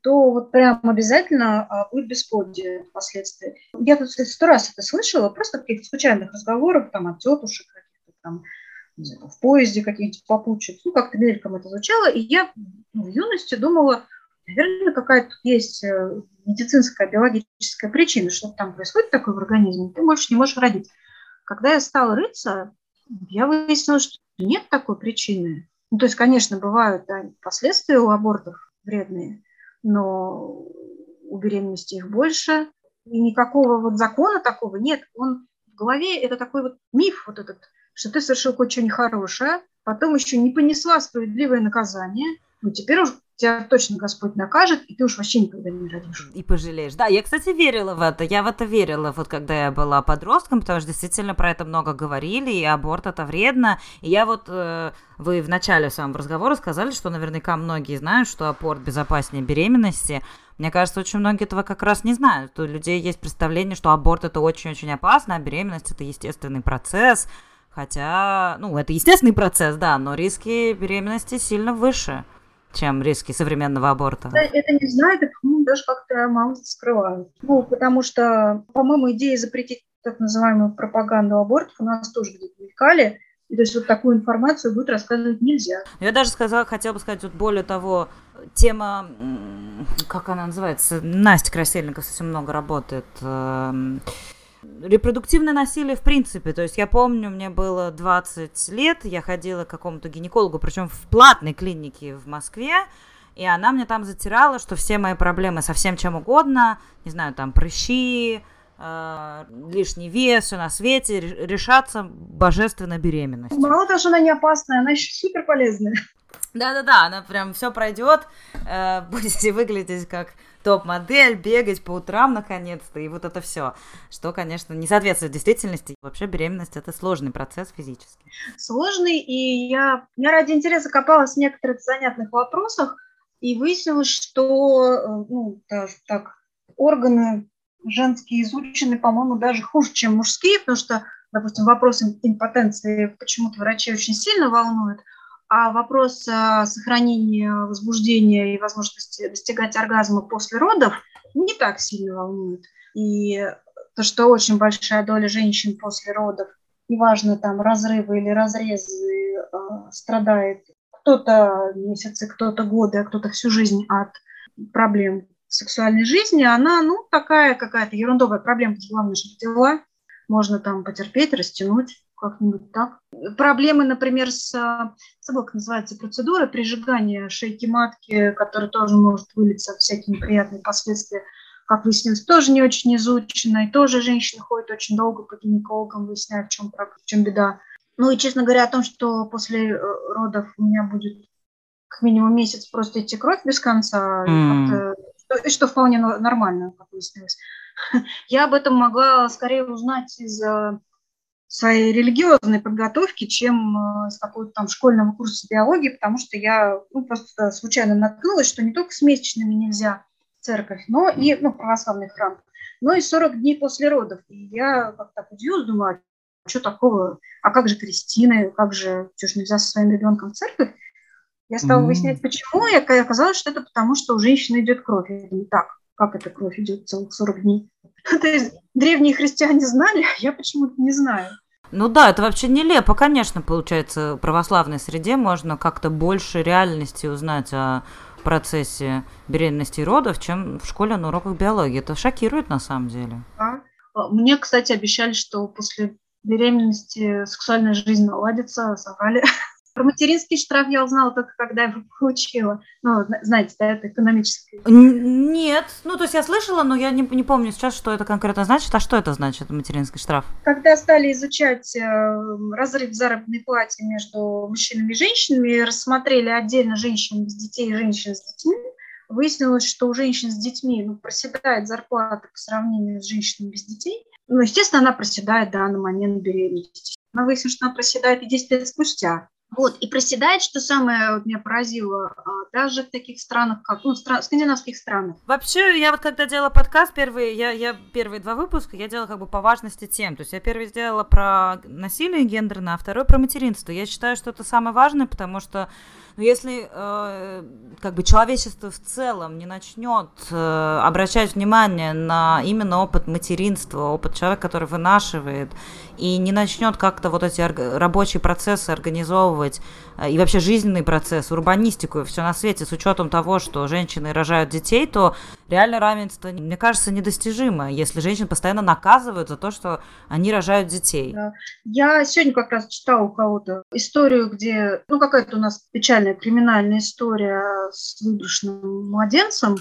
Speaker 2: то вот прям обязательно а, будет бесплодие впоследствии. Я тут сто раз это слышала, просто в каких-то случайных разговорах, там, от тетушек, каких-то там, не знаю, в поезде каких-нибудь попутчиц, ну, как-то мельком это звучало, и я ну, в юности думала, наверное, какая-то есть медицинская, биологическая причина, что там происходит такое в организме, ты можешь, не можешь родить. Когда я стала рыться, я выяснила, что нет такой причины. Ну, то есть, конечно, бывают да, последствия у абортов вредные, но у беременности их больше. И никакого вот закона такого нет. Он в голове, это такой вот миф вот этот, что ты совершил кое-что нехорошее, потом еще не понесла справедливое наказание, ну, теперь уж тебя точно Господь накажет, и ты уж вообще никогда не родишь.
Speaker 1: И пожалеешь. Да, я, кстати, верила в это. Я в это верила, вот когда я была подростком, потому что действительно про это много говорили, и аборт это вредно. И я вот, э, вы в начале самого разговора сказали, что наверняка многие знают, что аборт безопаснее беременности. Мне кажется, очень многие этого как раз не знают. У людей есть представление, что аборт это очень-очень опасно, а беременность это естественный процесс. Хотя, ну, это естественный процесс, да, но риски беременности сильно выше, чем риски современного аборта.
Speaker 2: Это, это не знаю, это, по-моему, даже как-то мало скрывают. Ну, потому что, по-моему, идея запретить так называемую пропаганду абортов у нас тоже где-то мелькали. И то есть вот такую информацию будет рассказывать нельзя.
Speaker 1: Я даже сказала, хотела бы сказать, вот более того, тема, как она называется, Настя Красильникова совсем много работает, репродуктивное насилие в принципе. То есть я помню, мне было двадцать лет, я ходила к какому-то гинекологу, причем в платной клинике в Москве, и она мне там затирала, что все мои проблемы со всем чем угодно, не знаю, там прыщи, э, лишний вес, все на свете, решаться божественной беременностью.
Speaker 2: Мало того, что она не опасная, она еще супер полезная.
Speaker 1: Да-да-да, она прям все пройдет, э, будете выглядеть как топ-модель, бегать по утрам наконец-то, и вот это все, что, конечно, не соответствует действительности. Вообще беременность – это сложный процесс физически.
Speaker 2: Сложный, и я, я ради интереса копалась в некоторых занятных вопросах, и выяснилось, что ну, даже так, органы женские изучены, по-моему, даже хуже, чем мужские, потому что, допустим, вопрос импотенции почему-то врачей очень сильно волнует, а вопрос сохранения возбуждения и возможности достигать оргазма после родов не так сильно волнует. И то, что очень большая доля женщин после родов, неважно, там, разрывы или разрезы, э, страдает кто-то месяцы, кто-то годы, а кто-то всю жизнь от проблем сексуальной жизни, она, ну, такая какая-то ерундовая проблема, главное, что дела. Можно там потерпеть, растянуть. Как-нибудь так. Проблемы, например, с, забыл, как называется процедура прижигания шейки матки, которая тоже может вылиться всякие неприятные последствия, как выяснилось, тоже не очень изучено, и тоже женщины ходят очень долго по гинекологам, выясняют, в чем, в чем беда. Ну и, честно говоря, о том, что после родов у меня будет как минимум месяц просто идти кровь без конца, mm. что, что вполне нормально, как выяснилось. Я об этом могла скорее узнать из своей религиозной подготовки, чем с какого-то там школьного курса биологии, потому что я ну, просто случайно наткнулась, что не только с месячными нельзя в церковь, но и ну, в православный храм, но и сорок дней после родов. И я как-то так удивилась, думаю, а что такого? А как же крестины? Как же, что ж нельзя со своим ребенком в церковь? Я стала mm-hmm. выяснять, почему, и оказалось, что это потому, что у женщины идет кровь. Я думаю, так, как эта кровь идет целых сорок дней? То есть древние христиане знали, я почему-то не знаю.
Speaker 1: Ну да, это вообще нелепо, конечно, получается, в православной среде можно как-то больше реальности узнать о процессе беременности и родов, чем в школе на уроках биологии. Это шокирует на самом деле.
Speaker 2: А? Мне, кстати, обещали, что после беременности сексуальная жизнь наладится, соврали. Про материнский штраф я узнала только, когда его получила. Ну, знаете, да, это экономическое.
Speaker 1: Нет. Ну, то есть я слышала, но я не, не помню сейчас, что это конкретно значит. А что это значит, материнский штраф?
Speaker 2: Когда стали изучать э, разрыв в заработной плате между мужчинами и женщинами, рассмотрели отдельно женщин без детей и женщин с детьми, выяснилось, что у женщин с детьми ну, проседает зарплата по сравнению с женщинами без детей. Ну, естественно, она проседает, да, на момент беременности. Но выяснилось, что она проседает и десять лет спустя. Вот, и проседает, что самое вот меня поразило, даже в таких странах, как, ну, стра- скандинавских странах.
Speaker 1: Вообще, я вот когда делала подкаст, первые, я, я первые два выпуска, я делала как бы по важности тем. То есть я первый сделала про насилие гендерное, а второй про материнство. Я считаю, что это самое важное, потому что ну, если э, как бы человечество в целом не начнет э, обращать внимание на именно опыт материнства, опыт человека, который вынашивает, и не начнет как-то вот эти орг- рабочие процессы организовывать, э, и вообще жизненный процесс, урбанистику и все на свете, с учетом того, что женщины рожают детей, то реально равенство, мне кажется, недостижимо, если женщин постоянно наказывают за то, что они рожают детей.
Speaker 2: Да. Я сегодня как раз читала у кого-то историю, где, ну, какая-то у нас печальная криминальная история с выброшенным младенцем,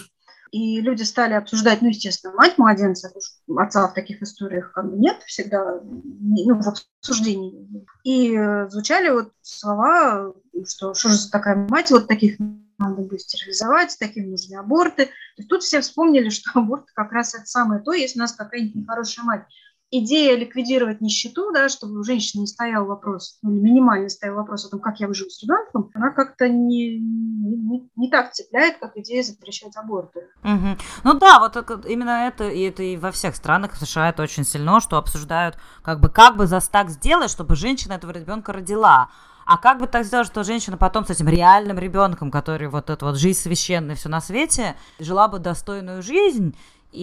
Speaker 2: и люди стали обсуждать, ну, естественно, мать младенца, отца в таких историях как бы нет всегда, ну, в обсуждении. И звучали вот слова, что что же за такая мать, вот таких надо будет стерилизовать, таким нужны аборты. То есть тут все вспомнили, что аборт как раз это самое то, если у нас какая-нибудь нехорошая мать. Идея ликвидировать нищету, да, чтобы у женщины не стоял вопрос, ну, минимально стоял вопрос о том, как я выживу с ребенком, она как-то не, не, не так цепляет, как идея запрещать аборты.
Speaker 1: Угу. Ну да, вот это, именно это, и это и во всех странах в США это очень сильно, что обсуждают, как бы, как бы за так сделать, чтобы женщина этого ребенка родила. А как бы так сделать, что женщина потом с этим реальным ребенком, который вот эту вот жизнь священная, все на свете, жила бы достойную жизнь.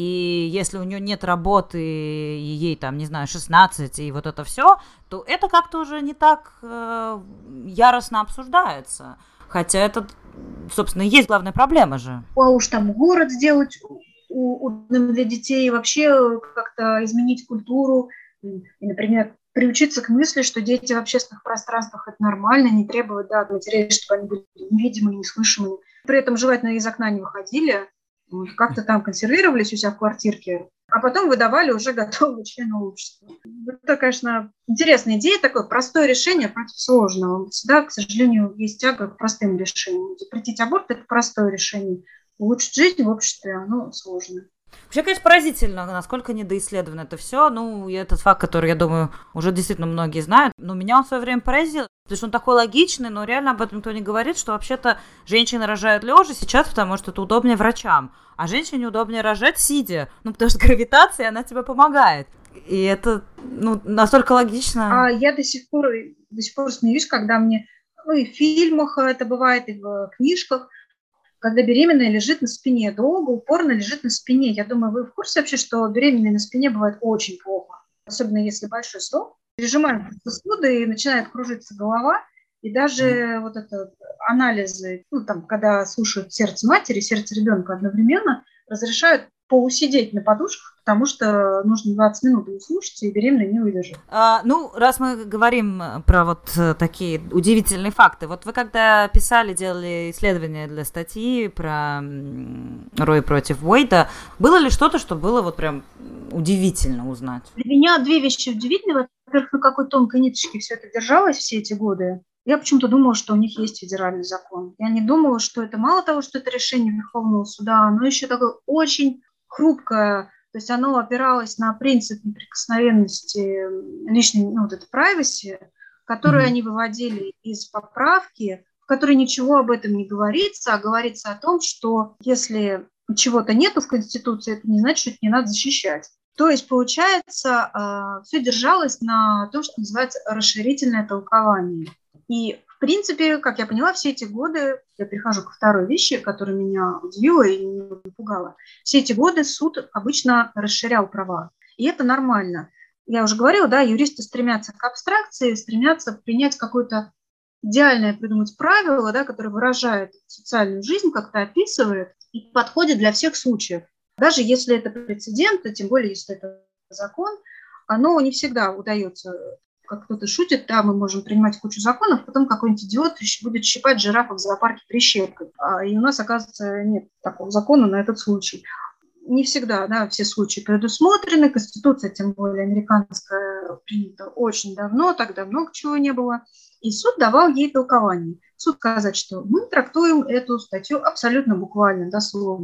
Speaker 1: И если у нее нет работы, и ей там, не знаю, шестнадцать, и вот это все, то это как-то уже не так э, яростно обсуждается. Хотя это, собственно, и есть главная проблема же.
Speaker 2: А уж там город сделать удобным для детей, вообще как-то изменить культуру. И, например, приучиться к мысли, что дети в общественных пространствах – это нормально, не требовать, да, от матерей, чтобы они были невидимыми, неслышимыми. При этом желательно из окна не выходили, вот, как-то там консервировались у себя в квартирке, а потом выдавали уже готового члена общества. Это, конечно, интересная идея, такое простое решение против сложного. Всегда, к сожалению, есть тяга к простым решениям. Запретить аборт – это простое решение. Улучшить жизнь в обществе, оно сложно.
Speaker 1: Вообще, конечно, поразительно, насколько недоисследовано это все. Ну, и этот факт, который, я думаю, уже действительно многие знают. Но меня он в свое время поразил. Потому что он такой логичный, но реально об этом никто не говорит, что вообще-то женщины рожают лежа сейчас, потому что это удобнее врачам. А женщине удобнее рожать сидя. Ну, потому что гравитация, она тебе помогает. И это, ну, настолько логично.
Speaker 2: А я до сих пор, до сих пор смеюсь, когда мне, ну, и в фильмах это бывает, и в книжках, когда беременная лежит на спине, долго, упорно лежит на спине. Я думаю, вы в курсе вообще, что беременные на спине бывает очень плохо, особенно если большой стол. Пережимаем сосуды, и начинает кружиться голова, и даже mm. вот это анализы, ну, там, когда слушают сердце матери, сердце ребенка одновременно, разрешают поусидеть на подушках, потому что нужно двадцать минут ее слушать, и беременная не выдержит.
Speaker 1: А, ну, раз мы говорим про вот такие удивительные факты, вот вы когда писали, делали исследования для статьи про Рой против Уэйда, было ли что-то, что было вот прям удивительно узнать?
Speaker 2: Для меня две вещи удивительные. Во-первых, на какой тонкой ниточке все это держалось все эти годы. Я почему-то думала, что у них есть федеральный закон. Я не думала, что это мало того, что это решение Верховного суда, но еще такое очень хрупкое, то есть оно опиралось на принцип неприкосновенности личной, ну, вот этой privacy, которую mm-hmm. они выводили из поправки, в которой ничего об этом не говорится, а говорится о том, что если чего-то нету в Конституции, это не значит, что это не надо защищать. То есть, получается, все держалось на том, что называется расширительное толкование. И, в принципе, как я поняла, все эти годы, я прихожу ко второй вещи, которая меня удивила и напугала, все эти годы суд обычно расширял права. И это нормально. Я уже говорила, да, юристы стремятся к абстракции, стремятся принять какое-то идеальное, придумать правило, да, которое выражает социальную жизнь, как-то описывает и подходит для всех случаев. Даже если это прецедент, а тем более, если это закон, оно не всегда удается. Как кто-то шутит, да, мы можем принимать кучу законов, потом какой-нибудь идиот будет щипать жирафа в зоопарке прищепкой. А, и у нас, оказывается, нет такого закона на этот случай. Не всегда, да, все случаи предусмотрены. Конституция, тем более американская, принята очень давно, тогда много чего не было. И суд давал ей толкование. Суд сказать, что мы трактуем эту статью абсолютно буквально, дословно.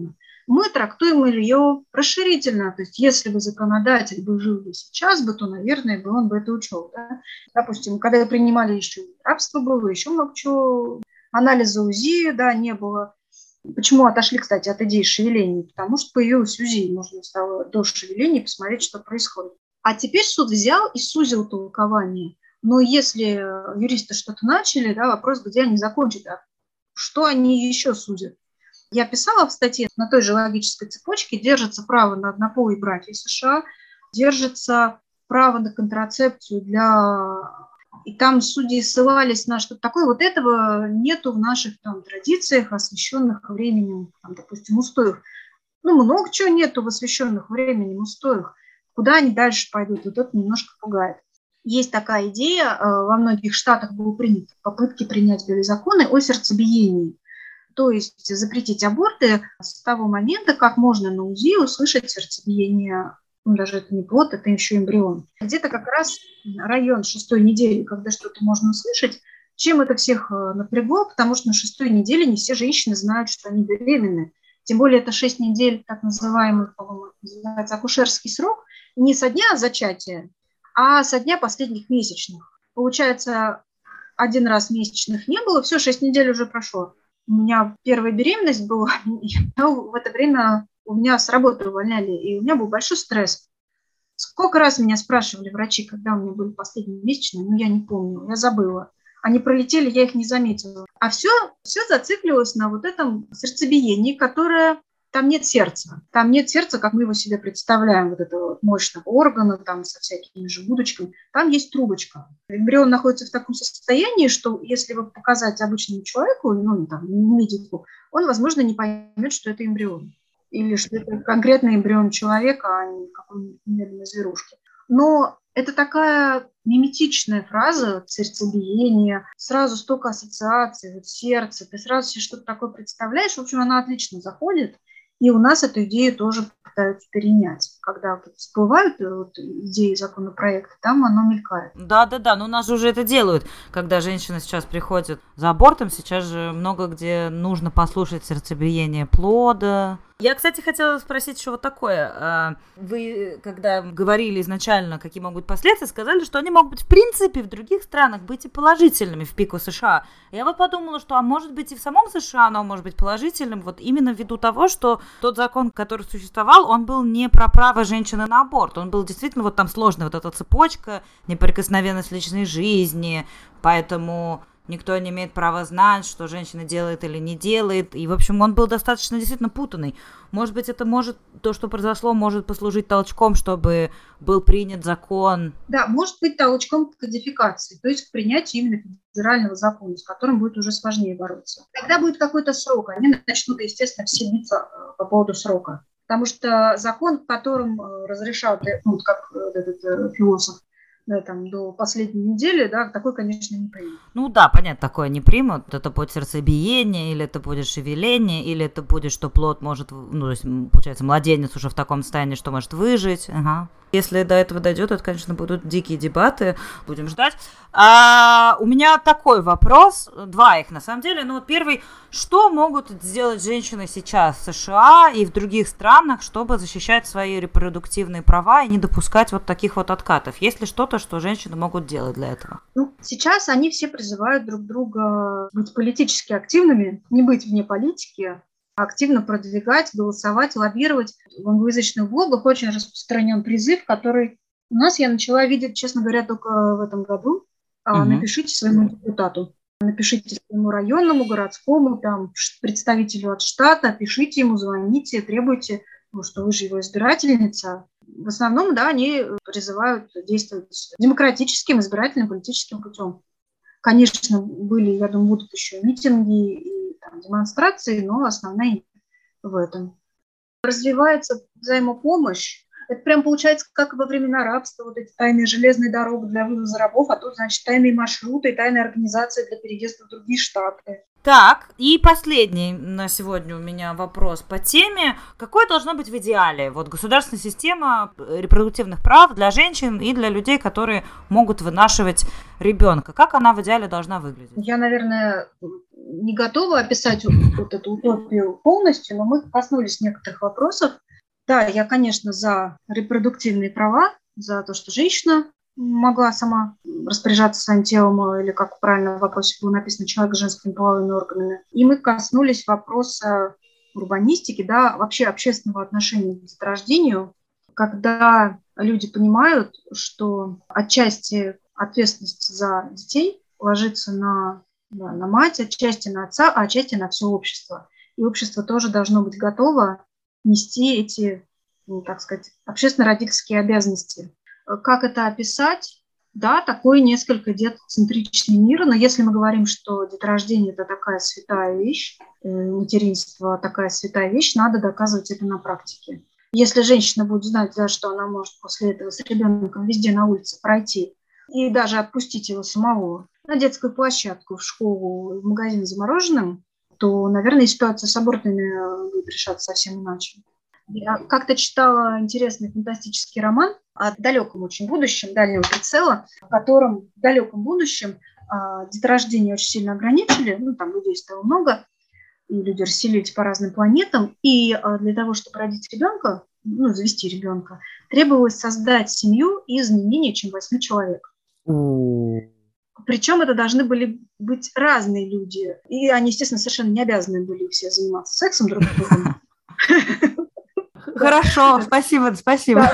Speaker 2: мы трактуем ее расширительно. То есть если бы законодатель был жил бы сейчас бы, то, наверное, бы он бы это учел. Да? Допустим, когда принимали еще рабство было, еще много чего, анализа УЗИ, да, не было. Почему отошли, кстати, от идеи шевеления? Потому что появилась УЗИ, можно стало до шевеления посмотреть, что происходит. А теперь суд взял и сузил толкование. Но если юристы что-то начали, да, вопрос, где они закончат, а что они еще судят? Я писала в статье, на той же логической цепочке держится право на однополые браки в США, держится право на контрацепцию для... И там судьи ссылались на что-то такое. Вот этого нету в наших там традициях, освященных временем, там, допустим, устоях. Ну, много чего нету в освященных временем устоях. Куда они дальше пойдут? Вот это немножко пугает. Есть такая идея, во многих штатах было принято попытки принять законы о сердцебиении. То есть запретить аборты с того момента, как можно на УЗИ услышать сердцебиение. Ну, даже это не плод, это еще эмбрион. Где-то как раз район шестой недели, когда что-то можно услышать. Чем это всех напрягло? Потому что на шестой неделе не все женщины знают, что они беременны. Тем более это шесть недель, так называемый, по-моему, называется акушерский срок, не со дня зачатия, а со дня последних месячных. Получается, один раз месячных не было, все, шесть недель уже прошло. У меня первая беременность была, я в это время у меня с работы увольняли, и у меня был большой стресс. Сколько раз меня спрашивали врачи, когда у меня были последние месячные, ну я не помню, я забыла. Они пролетели, я их не заметила. А все, все зациклилось на вот этом сердцебиении, которое... Там нет сердца. Там нет сердца, как мы его себе представляем, вот этого мощного органа, там со всякими желудочками. Там есть трубочка. Эмбрион находится в таком состоянии, что если его показать обычному человеку, ну, там, медику, он, возможно, не поймет, что это эмбрион. Или что это конкретный эмбрион человека, а не какой-нибудь медленной зверушки. Но это такая миметичная фраза, сердцебиение, сразу столько ассоциаций, вот сердце, ты сразу себе что-то такое представляешь. В общем, она отлично заходит. И у нас эту идею тоже пытаются перенять. Когда вот всплывают вот идеи законопроекта, там оно мелькает.
Speaker 1: Да-да-да, но у нас уже это делают. Когда женщина сейчас приходит за абортом, сейчас же много где нужно послушать сердцебиение плода. Я, кстати, хотела спросить еще вот такое. Вы, когда говорили изначально, какие могут быть последствия, сказали, что они могут быть, в принципе, в других странах быть и положительными в пику США. Я вот подумала, что, а может быть, и в самом США оно может быть положительным, вот именно ввиду того, что тот закон, который существовал, он был не про право женщины на аборт. Он был действительно вот там сложный, вот эта цепочка, неприкосновенность личной жизни, поэтому... Никто не имеет права знать, что женщина делает или не делает. И, в общем, он был достаточно действительно путанный. Может быть, это может, то, что произошло, может послужить толчком, чтобы был принят закон.
Speaker 2: Да, может быть толчком к кодификации, то есть к принятию именно федерального закона, с которым будет уже сложнее бороться. Тогда будет какой-то срок. Они начнут, естественно, все биться по поводу срока. Потому что закон, в котором разрешал, ну, как этот философ, да, там, до последней недели, да, такой, конечно, не примут.
Speaker 1: Ну да, понятно, такое не примут. Это будет сердцебиение, или это будет шевеление, или это будет, что плод может, ну, то есть, получается, младенец уже в таком состоянии, что может выжить. Ага. Если до этого дойдет, это, конечно, будут дикие дебаты. Будем ждать. А, у меня такой вопрос. Два их, на самом деле. Ну, вот первый. Что могут сделать женщины сейчас в США и в других странах, чтобы защищать свои репродуктивные права и не допускать вот таких вот откатов? Есть ли что-то, что женщины могут делать для этого?
Speaker 2: Ну, сейчас они все призывают друг друга быть политически активными, не быть вне политики, активно продвигать, голосовать, лоббировать. В англоязычных блогах очень распространен призыв, который у нас я начала видеть, честно говоря, только в этом году. Uh-huh. Напишите своему депутату, напишите своему районному, городскому, там, представителю от штата, пишите ему, звоните, требуйте, ну, что вы же его избирательница. В основном, да, они призывают действовать демократическим, избирательным, политическим путем. Конечно, были, я думаю, будут еще митинги и там, демонстрации, но основные в этом. Развивается взаимопомощь. Это прям получается, как во времена рабства, вот эти тайные железные дороги для вывоза рабов, а тут, значит, тайные маршруты и тайная организация для переезда в другие штаты.
Speaker 1: Так, и последний на сегодня у меня вопрос по теме. Какой должна быть в идеале вот государственная система репродуктивных прав для женщин и для людей, которые могут вынашивать ребенка? Как она в идеале должна выглядеть?
Speaker 2: Я, наверное, не готова описать вот, вот эту утопию полностью, но мы коснулись некоторых вопросов. Да, я, конечно, за репродуктивные права, за то, что женщина могла сама распоряжаться своим телом, или, как правильно в вопросе было написано, человек с женскими половыми органами. И мы коснулись вопроса урбанистики, да, вообще общественного отношения к деторождению, когда люди понимают, что отчасти ответственность за детей ложится на, да, на мать, отчасти на отца, а отчасти на все общество. И общество тоже должно быть готово нести эти, ну, так сказать, общественно-родительские обязанности. Как это описать? Да, такой несколько детоцентричный мир, но если мы говорим, что деторождение – это такая святая вещь, материнство – такая святая вещь, надо доказывать это на практике. Если женщина будет знать, да, что она может после этого с ребенком везде на улице пройти и даже отпустить его самого на детскую площадку, в школу, в магазин за мороженым, то, наверное, ситуация с абортами будет решаться совсем иначе. Я как-то читала интересный фантастический роман о далеком очень будущем, дальнего прицела, в котором в далеком будущем а, деторождение очень сильно ограничили, ну, там людей стало много, и люди расселились по разным планетам, и а, для того, чтобы родить ребенка, ну, завести ребенка, требовалось создать семью из не менее чем восьми человек. Причем это должны были быть разные люди, и они, естественно, совершенно не обязаны были все заниматься сексом друг с другом.
Speaker 1: Хорошо, спасибо, спасибо.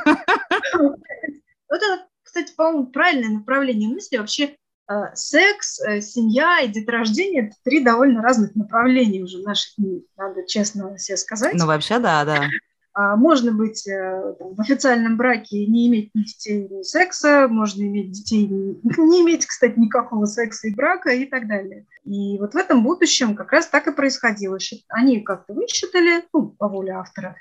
Speaker 2: Вот это, кстати, по-моему, правильное направление мысли. Вообще секс, семья и деторождение – это три довольно разных направления уже в наших днях, надо честно себе сказать.
Speaker 1: Ну, вообще, да, да.
Speaker 2: Можно быть там, в официальном браке и не иметь ни детей, ни секса, можно иметь детей, не иметь, кстати, никакого секса и брака и так далее. И вот в этом будущем как раз так и происходило. Они как-то высчитали, ну, по воле автора,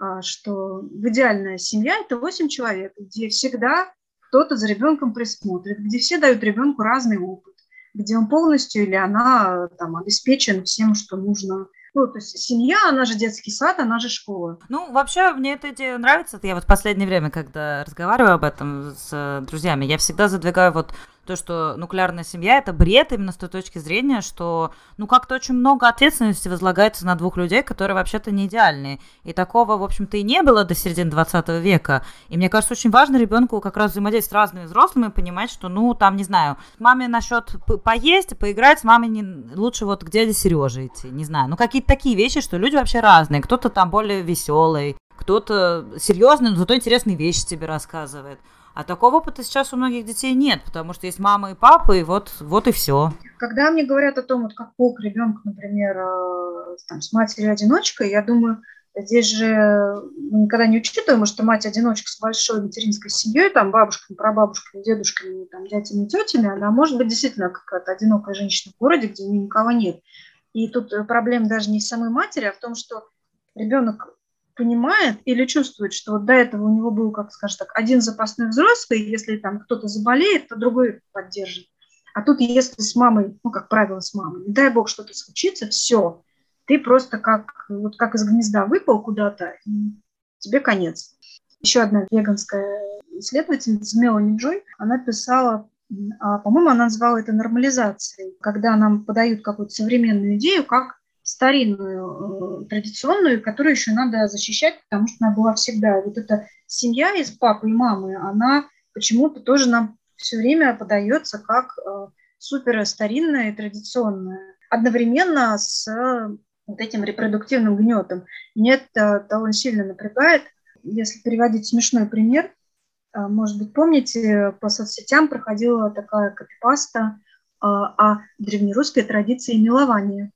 Speaker 2: что идеальная семья – это восемь человек, где всегда кто-то за ребенком присмотрит, где все дают ребенку разный опыт, где он полностью или она там, обеспечен всем, что нужно. Ну, то есть семья, она же детский сад, она же школа.
Speaker 1: Ну, вообще, мне эта идея нравится. Я вот в последнее время, когда разговариваю об этом с друзьями, я всегда задвигаю вот то, что нуклеарная семья – это бред именно с той точки зрения, что, ну, как-то очень много ответственности возлагается на двух людей, которые вообще-то не идеальные. И такого, в общем-то, и не было до середины двадцатого века. И мне кажется, очень важно ребенку как раз взаимодействовать с разными взрослыми, понимать, что, ну, там, не знаю, маме насчет поесть, поиграть, с мамой не... лучше вот к дяде Сереже идти, не знаю. Ну, какие-то такие вещи, что люди вообще разные. Кто-то там более веселый, кто-то серьезный, но зато интересные вещи тебе рассказывает. А такого опыта сейчас у многих детей нет, потому что есть мама и папа, и вот, вот и все.
Speaker 2: Когда мне говорят о том, вот как полк ребенка, например, там, с матерью-одиночкой, я думаю, здесь же мы никогда не учитываем, что мать-одиночка с большой материнской семьей, там, бабушками, прабабушками, дедушками, там, дядями, тетями, она может быть действительно какая-то одинокая женщина в городе, где у нее никого нет. И тут проблема даже не в самой матери, а в том, что ребенок понимает или чувствует, что вот до этого у него был, как скажем так, один запасной взрослый, если там кто-то заболеет, то другой поддержит. А тут если с мамой, ну, как правило, с мамой, не дай бог что-то случится, все, ты просто как, вот как из гнезда выпал куда-то, и тебе конец. Еще одна веганская исследовательница Мелани Джой, она писала, по-моему, она назвала это нормализацией, когда нам подают какую-то современную идею, как старинную, традиционную, которую еще надо защищать, потому что она была всегда. Вот эта семья из папы и мамы, она почему-то тоже нам все время подается как супер старинная и традиционная. Одновременно с вот этим репродуктивным гнетом. Меня это довольно сильно напрягает. Если приводить смешной пример, может быть, помните, по соцсетям проходила такая копипаста о древнерусской традиции милования.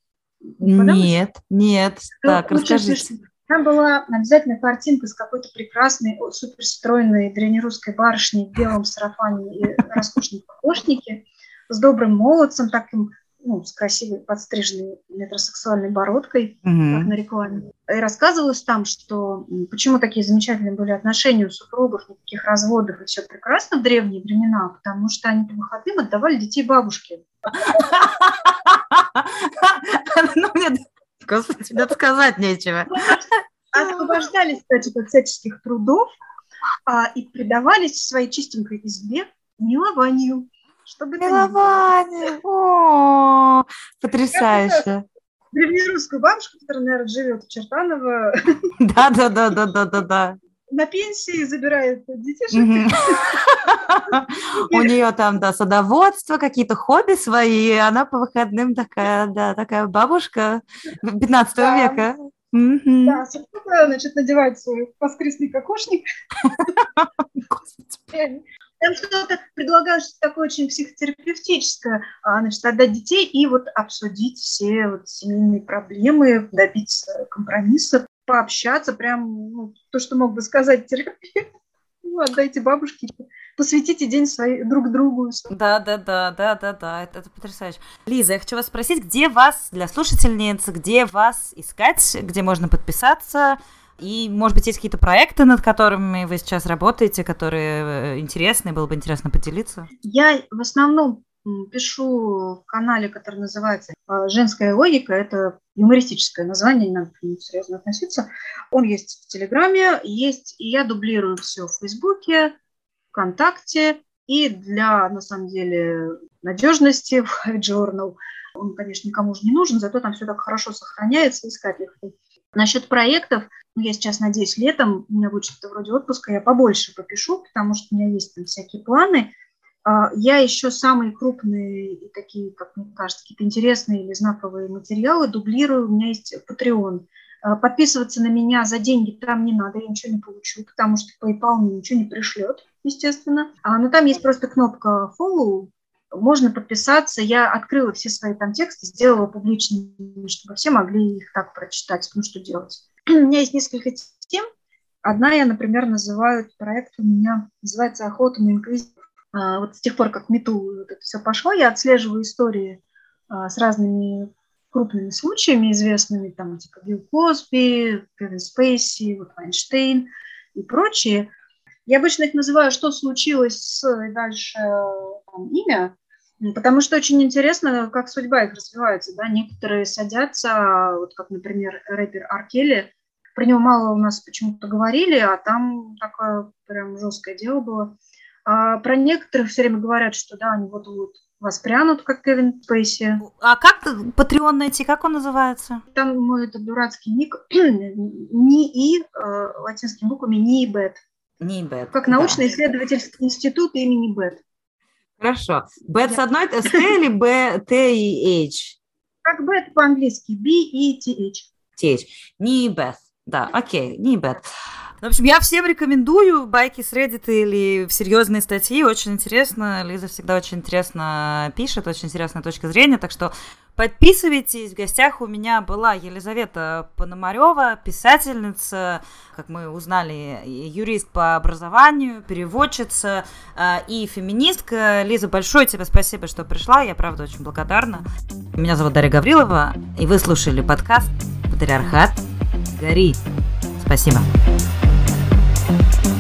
Speaker 1: Нет, нет. Так, расскажите.
Speaker 2: Там была обязательно картинка с какой-то прекрасной, суперстройной древнерусской барышней в белом сарафане и роскошном кокошнике, с добрым молодцем, таким, ну, с красивой подстриженной метросексуальной бородкой, mm-hmm. как на рекламе. И рассказывалось там, что почему такие замечательные были отношения у супругов, никаких разводов и все прекрасно в древние времена, потому что они по выходным отдавали детей бабушке.
Speaker 1: Ну, мне, господи, тебе сказать нечего.
Speaker 2: Освобождались, кстати, от всяческих трудов а, и предавались в своей чистенькой избе милованию, Что бы
Speaker 1: Милование! О, потрясающе!
Speaker 2: Древнерусскую бабушку, которая, наверное, живет в Чертаново.
Speaker 1: Да-да-да-да-да-да-да.
Speaker 2: На пенсии забирает детишек.
Speaker 1: У нее там, да, садоводство, какие-то хобби свои, и она по выходным такая, да, такая бабушка пятнадцатого века.
Speaker 2: Да, супруга, значит, надевает свой воскресный кокошник. Там что-то предлагают, что такое очень психотерапевтическое, значит, отдать детей и вот обсудить все вот семейные проблемы, добиться компромисса, пообщаться, прям ну, то, что мог бы сказать терапевт. Ну, отдайте бабушке, посвятите день своей, друг другу.
Speaker 1: Да, да, да, да, да, да, это, это потрясающе. Лиза, я хочу вас спросить, где вас, для слушательниц, где вас искать, где можно подписаться? И, может быть, есть какие-то проекты, над которыми вы сейчас работаете, которые интересны, было бы интересно поделиться?
Speaker 2: Я в основном пишу в канале, который называется «Женская логика». Это юмористическое название, не надо к нему серьезно относиться. Он есть в Телеграме, есть, и я дублирую все в Фейсбуке, ВКонтакте. И для, на самом деле, надежности в Journal он, конечно, никому же не нужен, зато там все так хорошо сохраняется, искать легко. Насчет проектов, ну, я сейчас надеюсь, летом у меня будет что-то вроде отпуска, я побольше попишу, потому что у меня есть там всякие планы. Я еще самые крупные и такие, как мне кажется, какие-то интересные или знаковые материалы дублирую. У меня есть Patreon. Подписываться на меня за деньги там не надо, я ничего не получу, потому что PayPal мне ничего не пришлет, естественно. Но там есть просто кнопка follow, можно подписаться. Я открыла все свои там тексты, сделала публичными, чтобы все могли их так прочитать. Ну, что делать? У меня есть несколько тем. Одна я, например, называю, проект у меня называется «Охота на инквизиторов». Вот с тех пор, как МИТУ вот это все пошло, я отслеживаю истории с разными крупными случаями известными, там, типа Билл Косби, Кевин Спейси, вот Вайнштейн и прочие. Я обычно их называю «Что случилось с...» и дальше там, имя, потому что очень интересно, как судьба их развивается. Да? Некоторые садятся, вот как, например, рэпер Ар Келли. Про него мало у нас почему-то говорили, а там такое прям жесткое дело было. А про некоторых все время говорят, что да, они вот-вот воспрянут, как Кевин Спейси.
Speaker 1: А как Patreon найти? Как он называется?
Speaker 2: Там мой этот дурацкий ник НИИ, латинскими буквами НИИБЭТ.
Speaker 1: НИИБЭТ.
Speaker 2: Как научно-исследовательский институт имени Бэт.
Speaker 1: Хорошо. Бэт с одной С или Б, Т и H?
Speaker 2: Как Бэт по-английски. B, E, T, H.
Speaker 1: T, H. НИИБЭТ. Да, окей, НИИБЭТ. В общем, я всем рекомендую байки с Reddit или в серьезные статьи. Очень интересно. Лиза всегда очень интересно пишет, очень интересная точка зрения. Так что подписывайтесь. В гостях у меня была Елизавета Пономарева, писательница, как мы узнали, юрист по образованию, переводчица и феминистка. Лиза, большое тебе спасибо, что пришла. Я, правда, очень благодарна. Меня зовут Дарья Гаврилова, и вы слушали подкаст «Патриархат. Гори». Спасибо. Thank you.